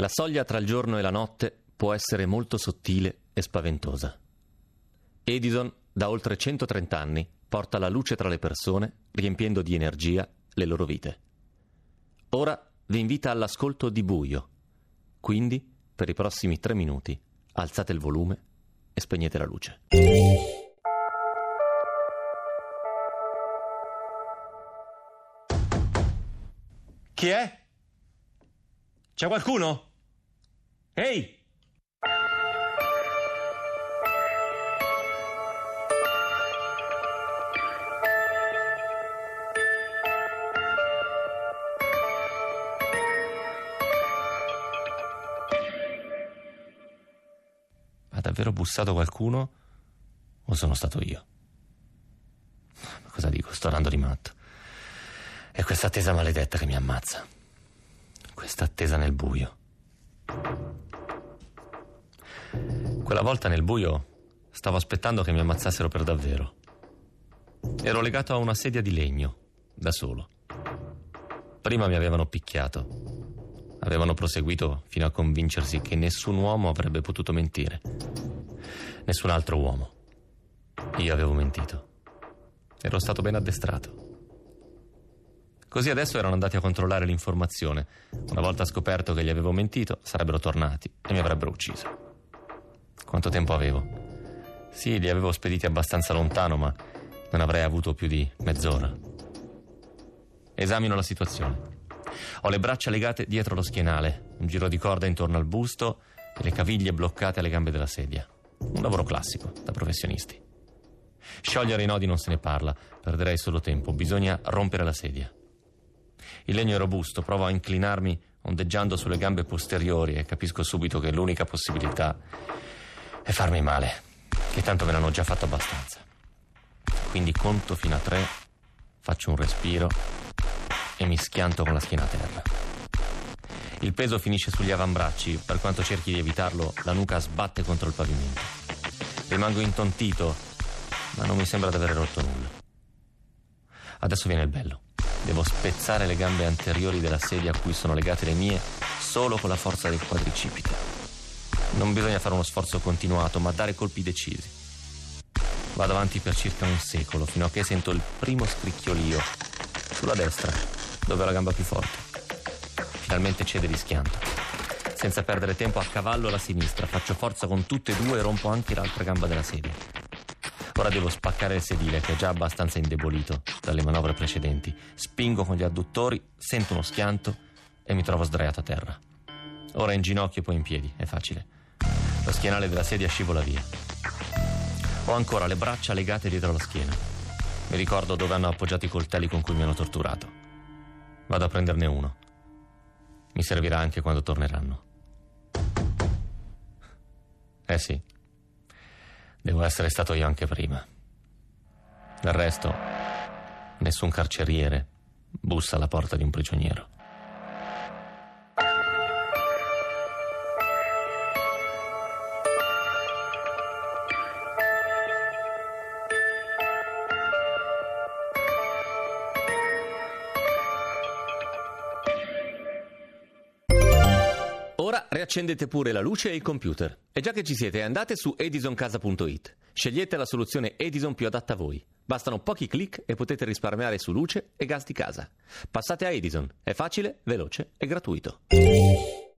La soglia tra il giorno e la notte può essere molto sottile e spaventosa. Edison, da oltre 130 anni, porta la luce tra le persone, riempiendo di energia le loro vite. Ora vi invita all'ascolto di Buio. Quindi, per i prossimi 3 minuti, alzate il volume e spegnete la luce. Chi è? C'è qualcuno? Ehi! Ha davvero bussato qualcuno o sono stato io? Ma cosa dico? Sto andando di matto. È questa attesa maledetta che mi ammazza. Questa attesa nel buio. Quella volta nel buio stavo aspettando che mi ammazzassero per davvero. Ero legato a una sedia di legno, da solo. Prima mi avevano picchiato. Avevano proseguito fino a convincersi che nessun uomo avrebbe potuto mentire. Nessun altro uomo. Io avevo mentito. Ero stato ben addestrato. Così adesso erano andati a controllare l'informazione. Una volta scoperto che gli avevo mentito, sarebbero tornati e mi avrebbero ucciso. Quanto tempo avevo? Sì, li avevo spediti abbastanza lontano, ma non avrei avuto più di mezz'ora. Esamino la situazione. Ho le braccia legate dietro lo schienale, un giro di corda intorno al busto e le caviglie bloccate alle gambe della sedia. Un lavoro classico, da professionisti. Sciogliere i nodi non se ne parla, perderei solo tempo, bisogna rompere la sedia. Il legno è robusto, provo a inclinarmi ondeggiando sulle gambe posteriori e capisco subito che l'unica possibilità è farmi male, che tanto me l'hanno già fatto abbastanza. Quindi conto fino a 3, faccio un respiro e mi schianto con la schiena a terra. Il peso finisce sugli avambracci, per quanto cerchi di evitarlo, la nuca sbatte contro il pavimento. Rimango intontito, ma non mi sembra di aver rotto nulla. Adesso viene il bello. Devo spezzare le gambe anteriori della sedia a cui sono legate le mie solo con la forza del quadricipite. Non bisogna fare uno sforzo continuato, ma dare colpi decisi. Vado avanti per circa un secolo, fino a che sento il primo scricchiolio sulla destra, dove ho la gamba più forte. Finalmente cede di schianto. Senza perdere tempo accavallo la sinistra, faccio forza con tutte e due e rompo anche l'altra gamba della sedia. Ora devo spaccare il sedile, che è già abbastanza indebolito dalle manovre precedenti. Spingo con gli adduttori, sento uno schianto e mi trovo sdraiato a terra. Ora in ginocchio e poi in piedi, è facile. Lo schienale della sedia scivola via. Ho ancora le braccia legate dietro la schiena. Mi ricordo dove hanno appoggiato i coltelli con cui mi hanno torturato. Vado a prenderne uno. Mi servirà anche quando torneranno. Eh sì. Devo essere stato io anche prima. Del resto, nessun carceriere bussa alla porta di un prigioniero. Ora riaccendete pure la luce e il computer. E già che ci siete, andate su edisoncasa.it. Scegliete la soluzione Edison più adatta a voi. Bastano pochi clic e potete risparmiare su luce e gas di casa. Passate a Edison. È facile, veloce e gratuito.